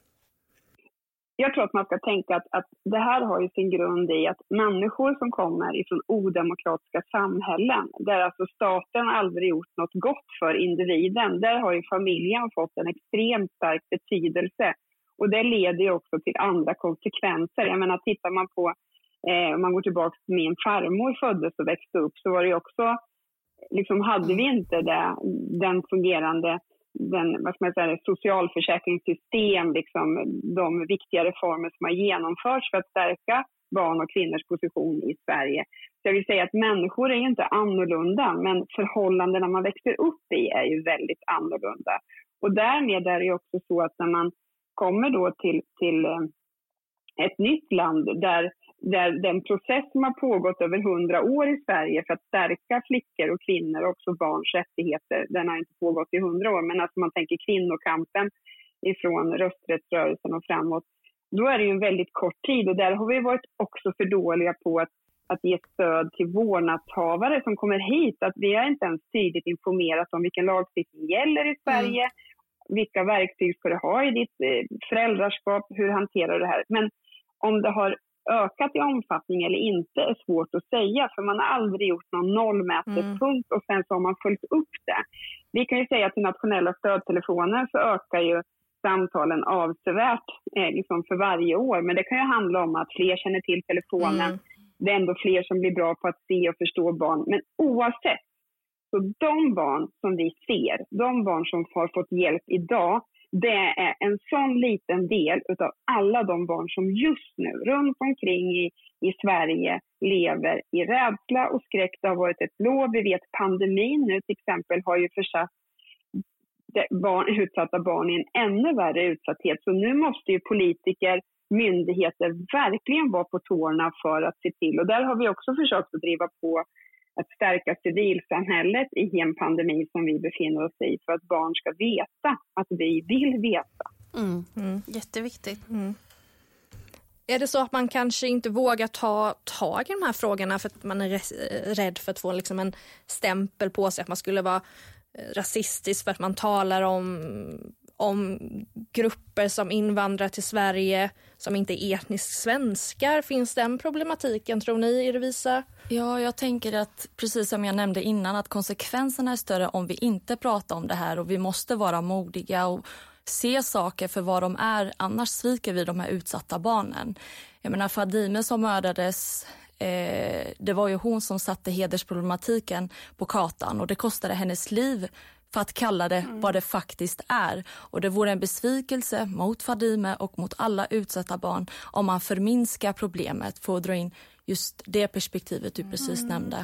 Jag tror att man ska tänka att det här har ju sin grund i att människor som kommer ifrån odemokratiska samhällen, där alltså staten aldrig gjort något gott för individen, där har ju familjen fått en extremt stark betydelse. Och det leder ju också till andra konsekvenser. Jag menar, tittar man på, om man går tillbaka till min farmor föddes och växte upp, så var det ju också, liksom hade vi inte den fungerande, socialförsäkringssystem, liksom de viktiga reformer som har genomförts för att stärka barn och kvinnors position i Sverige. Så jag vill säga att människor är ju inte annorlunda, men förhållandena man växer upp i är ju väldigt annorlunda. Och därmed är det ju också så att när man kommer då till ett nytt land där den process som har pågått över 100 år i Sverige för att stärka flickor och kvinnor och också barns rättigheter, den har inte pågått i 100 år, men alltså man tänker kvinnokampen ifrån rösträttsrörelsen och framåt, då är det ju en väldigt kort tid, och där har vi varit också för dåliga på att ge stöd till vårdnadshavare som kommer hit. Att vi har inte ens tydligt informerat om vilken lagstiftning gäller i Sverige, vilka verktyg ska du ha i ditt föräldraskap, hur hanterar du det här. Men om det har ökat i omfattning eller inte är svårt att säga, för man har aldrig gjort någon nollmätepunkt och sen så har man följt upp det. Vi kan ju säga att i nationella stödtelefoner så ökar ju samtalen avsevärt liksom för varje år. Men det kan ju handla om att fler känner till telefonen. Det är ändå fler som blir bra på att se och förstå barn. Men oavsett, så de barn som vi ser, de barn som har fått hjälp idag, det är en sån liten del av alla de barn som just nu runt omkring i Sverige lever i rädsla och skräck. Det har varit ett lov. Vi vet pandemin nu till exempel har ju försatt utsatta barn i en ännu värre utsatthet. Så nu måste ju politiker, myndigheter verkligen vara på tårna för att se till. Och där har vi också försökt att driva på att stärka civilsamhället i en pandemi som vi befinner oss i, för att barn ska veta att vi vill veta. Jätteviktigt. Är det så att man kanske inte vågar ta tag i de här frågorna för att man är rädd för att få liksom en stämpel på sig, att man skulle vara rasistisk för att man talar om grupper som invandrar till Sverige som inte är etnisk svenskar? Finns den problematiken, tror ni, Irvisa? Ja, jag tänker att precis som jag nämnde innan, att konsekvenserna är större om vi inte pratar om det här, och vi måste vara modiga och se saker för vad de är, annars sviker vi de här utsatta barnen. Jag menar, Fadime som mördades, det var ju hon som satte hedersproblematiken på kartan, och det kostade hennes liv för att kalla det vad det faktiskt är. Och det vore en besvikelse mot Fadime och mot alla utsatta barn om man förminskar problemet för att dra in just det perspektivet du precis nämnde.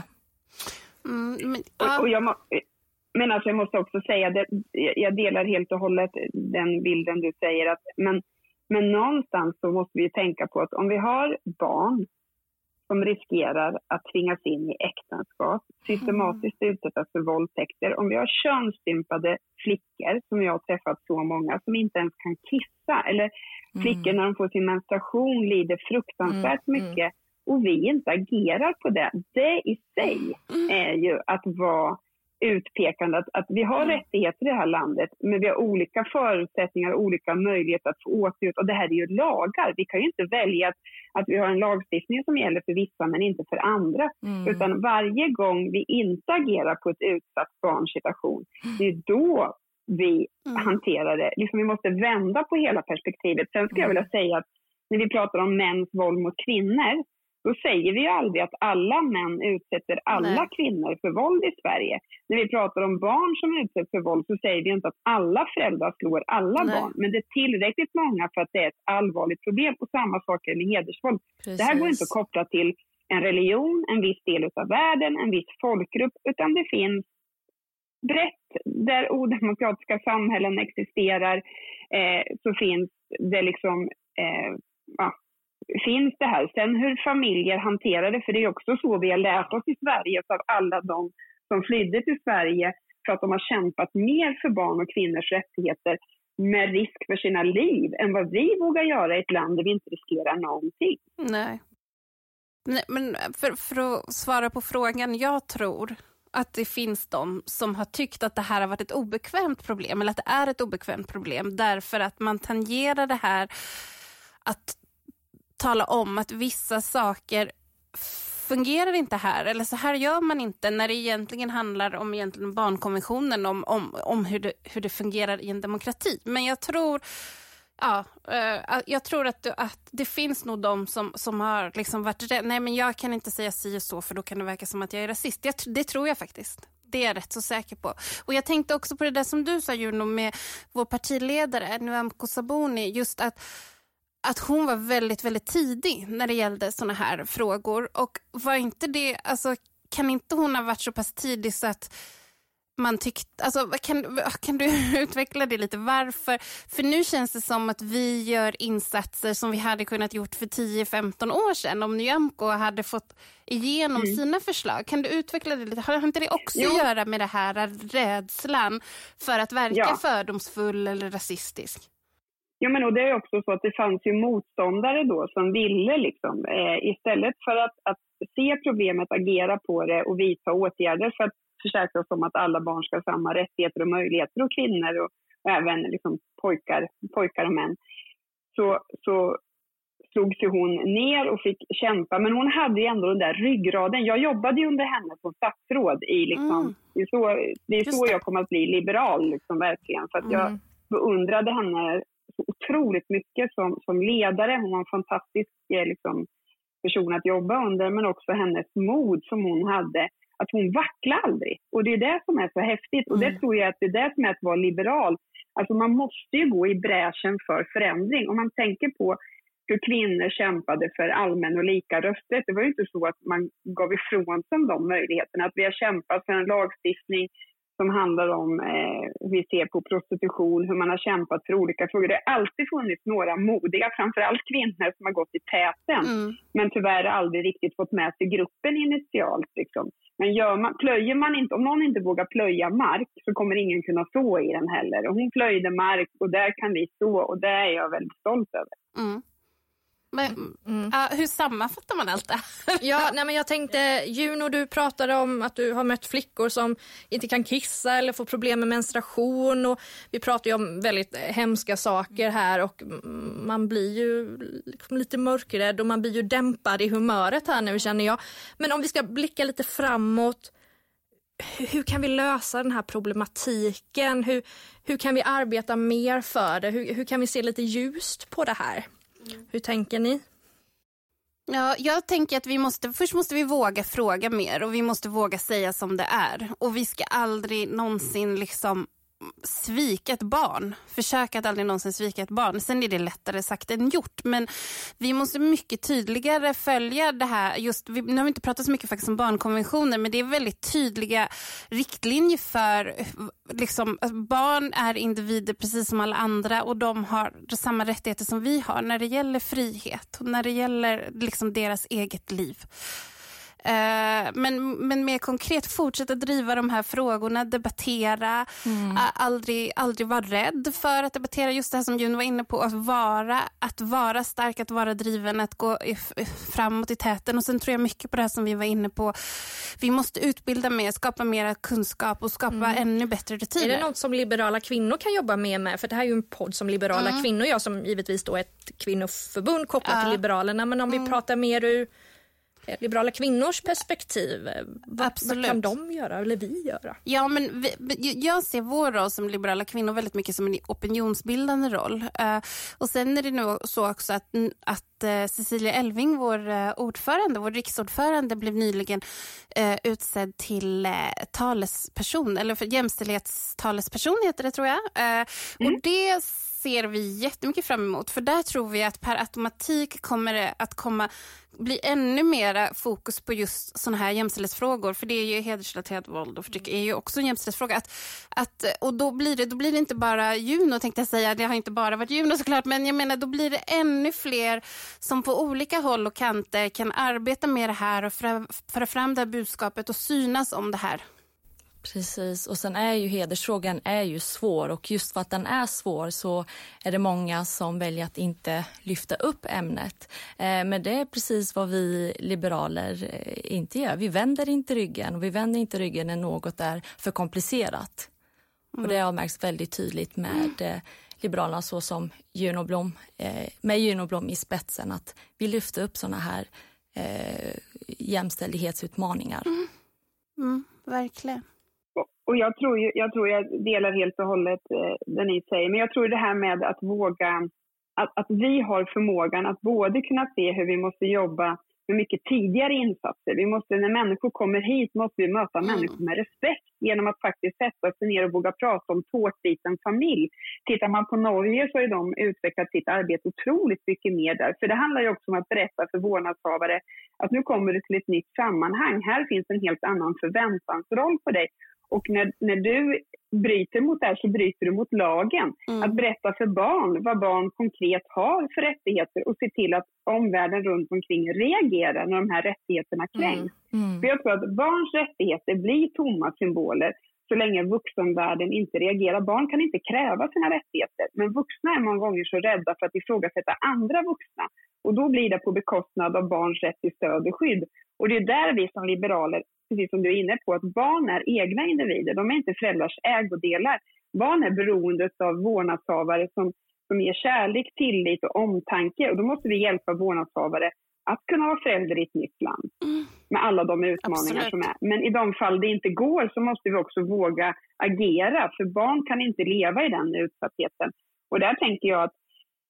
Men alltså jag måste också säga det, jag delar helt och hållet den bilden du säger, att men någonstans så måste vi tänka på att om vi har barn som riskerar att tvingas in i äktenskap, systematiskt utsättas för våldtäkter. Om vi har könsstympade flickor, som jag har träffat så många, som inte ens kan kissa, eller flickor när de får sin menstruation lider fruktansvärt mycket, och vi inte agerar på det. Det i sig är ju att vara utpekande, att vi har rättigheter i det här landet, men vi har olika förutsättningar och olika möjligheter att få åtnjuta, och det här är ju lagar. Vi kan ju inte välja att vi har en lagstiftning som gäller för vissa men inte för andra, utan varje gång vi inte agerar på ett utsatt barns situation, det är då vi hanterar det. Liksom vi måste vända på hela perspektivet. Sen ska jag vilja säga att när vi pratar om mäns våld mot kvinnor, då säger vi ju aldrig att alla män utsätter alla kvinnor för våld i Sverige. När vi pratar om barn som utsätts för våld så säger vi inte att alla föräldrar slår alla barn. Men det är tillräckligt många för att det är ett allvarligt problem. Och samma sak är med hedersvåld. Precis. Det här går inte att koppla till en religion, en viss del av världen, en viss folkgrupp. Utan det finns brett, där odemokratiska samhällen existerar, så finns det liksom... finns det här. Sen hur familjer hanterar det, för det är också så vi har lärt oss i Sverige av alla de som flydde till Sverige för att de har kämpat mer för barn och kvinnors rättigheter med risk för sina liv än vad vi vågar göra i ett land där vi inte riskerar någonting. Nej, men för att svara på frågan, jag tror att det finns de som har tyckt att det här har varit ett obekvämt problem, eller att det är ett obekvämt problem därför att man tangerar det här att tala om att vissa saker fungerar inte här, eller så här gör man inte, när det egentligen handlar om barnkonventionen, om hur det fungerar i en demokrati. Men jag tror att det finns nog de som har liksom varit rädda. Nej, men jag kan inte säga si och så, för då kan det verka som att jag är rasist. Det tror jag faktiskt. Det är jag rätt så säker på. Och jag tänkte också på det där som du sa, Juno, med vår partiledare Nyamko Sabuni, just att hon var väldigt, väldigt tidig när det gällde såna här frågor. Och var inte det, alltså, kan inte hon ha varit så pass tidig så att man tyckte, alltså, kan du utveckla det lite? Varför? För nu känns det som att vi gör insatser som vi hade kunnat gjort för 10-15 år sedan om Nyamko hade fått igenom sina förslag. Kan du utveckla det lite? Har inte det också att göra med det här rädslan för att verka fördomsfull eller rasistisk? Ja, men och det är också så att det fanns ju motståndare då som ville liksom, istället för att se problemet, agera på det och vidta åtgärder för att försäkra oss om att alla barn ska ha samma rättigheter och möjligheter, och kvinnor och även liksom pojkar och män, så slog sig hon ner och fick kämpa. Men hon hade ju ändå den där ryggraden. Jag jobbade ju under henne som statsråd i liksom, det är så jag kommer att bli liberal liksom, verkligen, för att beundrade henne så otroligt mycket som ledare. Hon var en fantastisk liksom, person att jobba under, men också hennes mod som hon hade. Att hon vacklar aldrig. Och det är det som är så häftigt. Och det tror jag att det är det som är att vara liberal. Alltså man måste ju gå i bräschen för förändring. Om man tänker på hur kvinnor kämpade för allmän och lika rösträtt. Det var ju inte så att man gav ifrån sig de möjligheterna. Att vi har kämpat för en lagstiftning som handlar om hur vi ser på prostitution, hur man har kämpat för olika frågor. Det har alltid funnits några modiga, framförallt kvinnor som har gått i täten. Men tyvärr aldrig riktigt fått med sig gruppen initialt. Liksom. Men plöjer man inte, om någon inte vågar plöja mark så kommer ingen kunna så i den heller. Och hon plöjde mark och där kan vi så, och det är jag väldigt stolt över. Men, hur sammanfattar man allt det? Men jag tänkte, Juno, du pratade om att du har mött flickor som inte kan kissa eller får problem med menstruation, och vi pratar ju om väldigt hemska saker här, och man blir ju liksom lite mörkrädd och man blir ju dämpad i humöret här nu, känner jag. Men om vi ska blicka lite framåt, hur kan vi lösa den här problematiken? Hur kan vi arbeta mer för det? Hur kan vi se lite ljust på det här? Hur tänker ni? Ja, jag tänker att först måste vi våga fråga mer, och vi måste våga säga som det är. Och vi ska aldrig någonsin liksom svika ett barn. Försöka att aldrig någonsin svika ett barn. Sen är det lättare sagt än gjort. Men vi måste mycket tydligare följa det här. Nu har vi inte pratat så mycket faktiskt om barnkonventioner, men det är väldigt tydliga riktlinjer för liksom, att barn är individer precis som alla andra, och de har samma rättigheter som vi har när det gäller frihet och när det gäller liksom deras eget liv. Men mer konkret fortsätta driva de här frågorna, debattera, aldrig vara rädd för att debattera, just det här som Juno var inne på, att vara stark, att vara driven, att gå framåt i täten. Och sen tror jag mycket på det här som vi var inne på, vi måste utbilda mer, skapa mer kunskap och skapa ännu bättre rutiner. Är det något som liberala kvinnor kan jobba med? För det här är ju en podd som liberala kvinnor, jag som givetvis då är ett kvinnoförbund kopplat till Liberalerna, men om vi pratar mer ur liberala kvinnors perspektiv, vad kan de göra eller vi göra? Ja, men jag ser vår roll som liberala kvinnor väldigt mycket som en opinionsbildande roll. Och sen är det nu så också att Cecilia Elving, vår riksordförande, blev nyligen utsedd till talesperson, eller för jämställdhetstalesperson heter det, tror jag. Och det ser vi jättemycket fram emot, för där tror vi att per automatik kommer det att bli ännu mer fokus på just såna här jämställdhetsfrågor, för det är ju hedersrelaterat våld och förtryck är ju också en jämställdhetsfråga. Och då blir det inte bara Juno, tänkte jag säga, det har inte bara varit Juno såklart, men jag menar då blir det ännu fler som på olika håll och kanter kan arbeta med det här och föra fram det här budskapet och synas om det här. Precis, och sen är ju hedersfrågan svår, och just för att den är svår så är det många som väljer att inte lyfta upp ämnet. Men det är precis vad vi liberaler inte gör. Vi vänder inte ryggen, och vi vänder inte ryggen när något är för komplicerat. Och det har märkts väldigt tydligt med Liberalerna, så som Juno Blom, med Juno Blom i spetsen, att vi lyfter upp såna här jämställdhetsutmaningar. Verkligen. Och jag tror jag delar helt och hållet det ni säger. Men jag tror det här med att våga, att vi har förmågan att både kunna se hur vi måste jobba med mycket tidigare insatser. När människor kommer hit måste vi möta människor med respekt genom att faktiskt sätta sig ner och våga prata om tårtbiten familj. Tittar man på Norge så har de utvecklat sitt arbete otroligt mycket mer där. För det handlar ju också om att berätta för vårdnadshavare att nu kommer du till ett nytt sammanhang. Här finns en helt annan förväntansroll på dig. Och när du bryter mot det här så bryter du mot lagen. Att berätta för barn vad barn konkret har för rättigheter och se till att omvärlden runt omkring reagerar när de här rättigheterna kränks. För jag tror att barns rättigheter blir tomma symboler så länge vuxenvärlden inte reagerar. Barn kan inte kräva sina rättigheter, men vuxna är många gånger så rädda för att ifrågasätta andra vuxna. Och då blir det på bekostnad av barns rätt till stöd och skydd. Och det är där vi som liberaler, precis som du är inne på, att barn är egna individer. De är inte föräldrars ägodelar. Barn är beroende av vårdnadshavare som ger kärlek, tillit och omtanke. Och då måste vi hjälpa vårdnadshavare att kunna vara förälder i ett nytt land. Med alla de utmaningar som är. Men i de fall det inte går så måste vi också våga agera. För barn kan inte leva i den utsattheten. Och där tänker jag att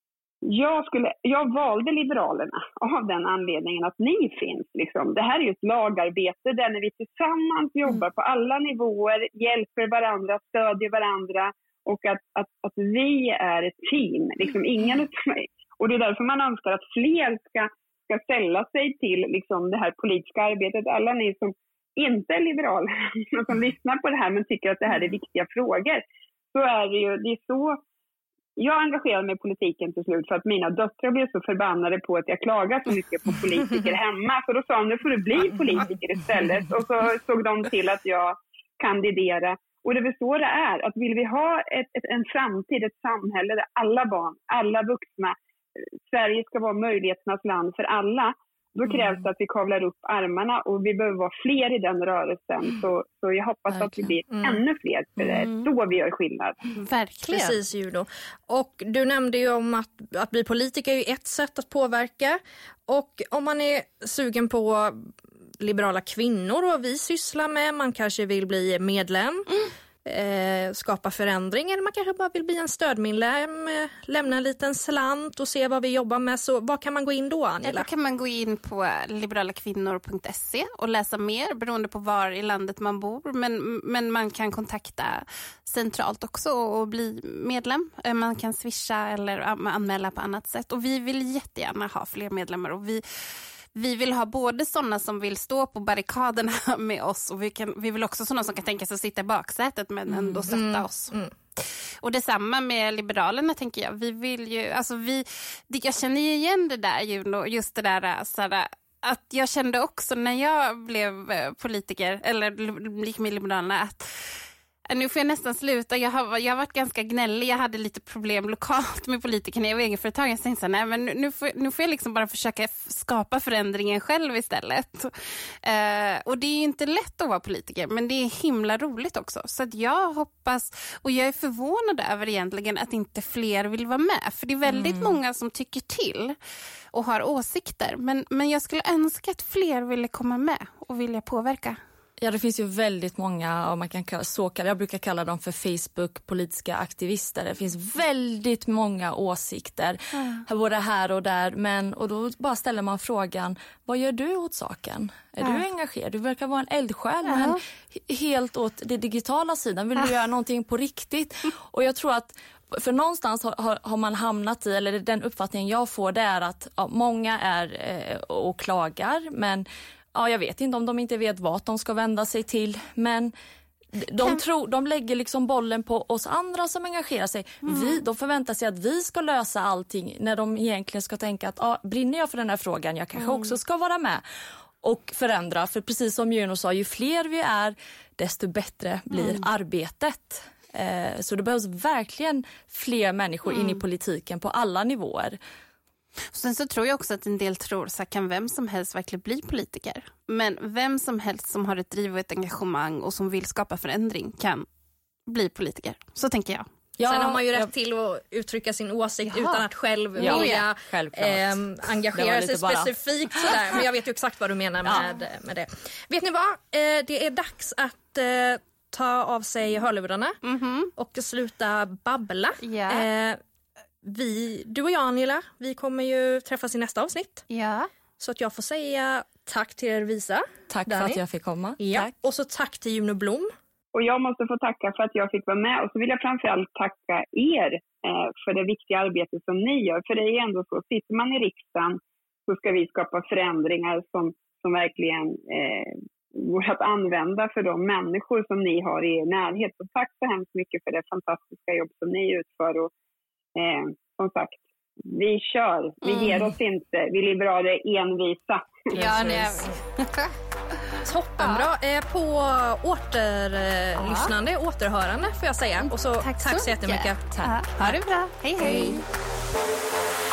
jag valde Liberalerna av den anledningen att ni finns. Liksom. Det här är ju ett lagarbete där när vi tillsammans jobbar på alla nivåer, hjälper varandra, stödjer varandra och att vi är ett team. Liksom, och det är därför man önskar att fler ska ställa sig till liksom, det här politiska arbetet. Alla ni som inte är liberaler och som lyssnar på det här men tycker att det här är viktiga frågor, så är det är så. Jag engagerade mig i politiken till slut för att mina döttrar blev så förbannade på att jag klagar så mycket på politiker hemma. Så då sa de, nu får du bli politiker istället. Och så såg de till att jag kandiderade. Och det är så det är, att vill vi ha en framtid, ett samhälle där alla barn, alla vuxna, Sverige ska vara möjligheternas land för alla, då krävs det att vi kavlar upp armarna och vi behöver vara fler i den rörelsen. Så jag hoppas att vi blir ännu fler, för det är så vi gör skillnad. Verkligen. Precis, Juno. Och du nämnde ju om att bli politiker är ju ett sätt att påverka. Och om man är sugen på liberala kvinnor och vi sysslar med, man kanske vill bli medlem, skapa förändring, eller man kanske bara vill bli en stödmedlem, lämna en liten slant och se vad vi jobbar med. Så vad kan man gå in då, Angela? Då kan man gå in på liberalakvinnor.se och läsa mer beroende på var i landet man bor. Men man kan kontakta centralt också och bli medlem. Man kan swisha eller anmäla på annat sätt. Och vi vill jättegärna ha fler medlemmar, och vi vill ha både sådana som vill stå på barrikaderna med oss, och vi vill också sådana som kan tänka sig att sitta i baksätet men ändå stötta oss. Och detsamma med Liberalerna, tänker jag. Vi vill ju, alltså jag känner ju igen det där, just det där såhär, att jag kände också när jag blev politiker eller gick med Liberalerna att nu får jag nästan sluta. Jag har varit ganska gnällig. Jag hade lite problem lokalt med politikerna i egenföretag. Jag tänkte så här, nej, men nu får jag liksom bara försöka skapa förändringen själv istället. Och det är ju inte lätt att vara politiker, men det är himla roligt också. Så att jag hoppas, och jag är förvånad över egentligen att inte fler vill vara med. För det är väldigt många som tycker till och har åsikter. Men jag skulle önska att fler ville komma med och vilja påverka. Ja, det finns ju väldigt många, och man kan jag brukar kalla dem för Facebook politiska aktivister. Det finns väldigt många åsikter, både här och där. Och då bara ställer man frågan, vad gör du åt saken? Är du engagerad? Du verkar vara en eldsjäl, men helt åt det digitala sidan. Vill du göra någonting på riktigt? Och jag tror att för någonstans har man hamnat i, eller den uppfattningen jag får, det är att många är och klagar, men jag vet inte om de inte vet vad de ska vända sig till, men de lägger liksom bollen på oss andra som engagerar sig. De förväntar sig att vi ska lösa allting, när de egentligen ska tänka att brinner jag för den här frågan, jag kanske också ska vara med och förändra. För precis som Juno sa, ju fler vi är, desto bättre blir arbetet. Så det behövs verkligen fler människor in i politiken på alla nivåer. Sen så tror jag också att en del tror så kan vem som helst verkligen bli politiker. Men vem som helst som har ett driv och ett engagemang och som vill skapa förändring kan bli politiker. Så tänker jag. Ja, sen har man ju rätt till att uttrycka sin åsikt utan att själv vilja engagera sig specifikt sådär. Men jag vet ju exakt vad du menar med det. Vet ni vad? Det är dags att ta av sig hörlurarna och sluta babbla. Du och jag, Angela, vi kommer ju träffas i nästa avsnitt. Ja. Så att jag får säga tack till er, Visa. Tack för att jag fick komma. Ja. Tack. Och så tack till Juno Blom. Och jag måste få tacka för att jag fick vara med. Och så vill jag framförallt tacka er för det viktiga arbetet som ni gör. För det är ändå så, sitter man i riksdagen så ska vi skapa förändringar som verkligen går att använda för de människor som ni har i er närhet. Så tack så hemskt mycket för det fantastiska jobb som ni utför. Och som sagt, vi kör. Vi ger oss inte. Vi liberaler är envisa. Ja, nej. Toppenbra. På återlyssnande, återhörande får jag säga. Och så tack så jättemycket. Tack. Ha det bra. Hej.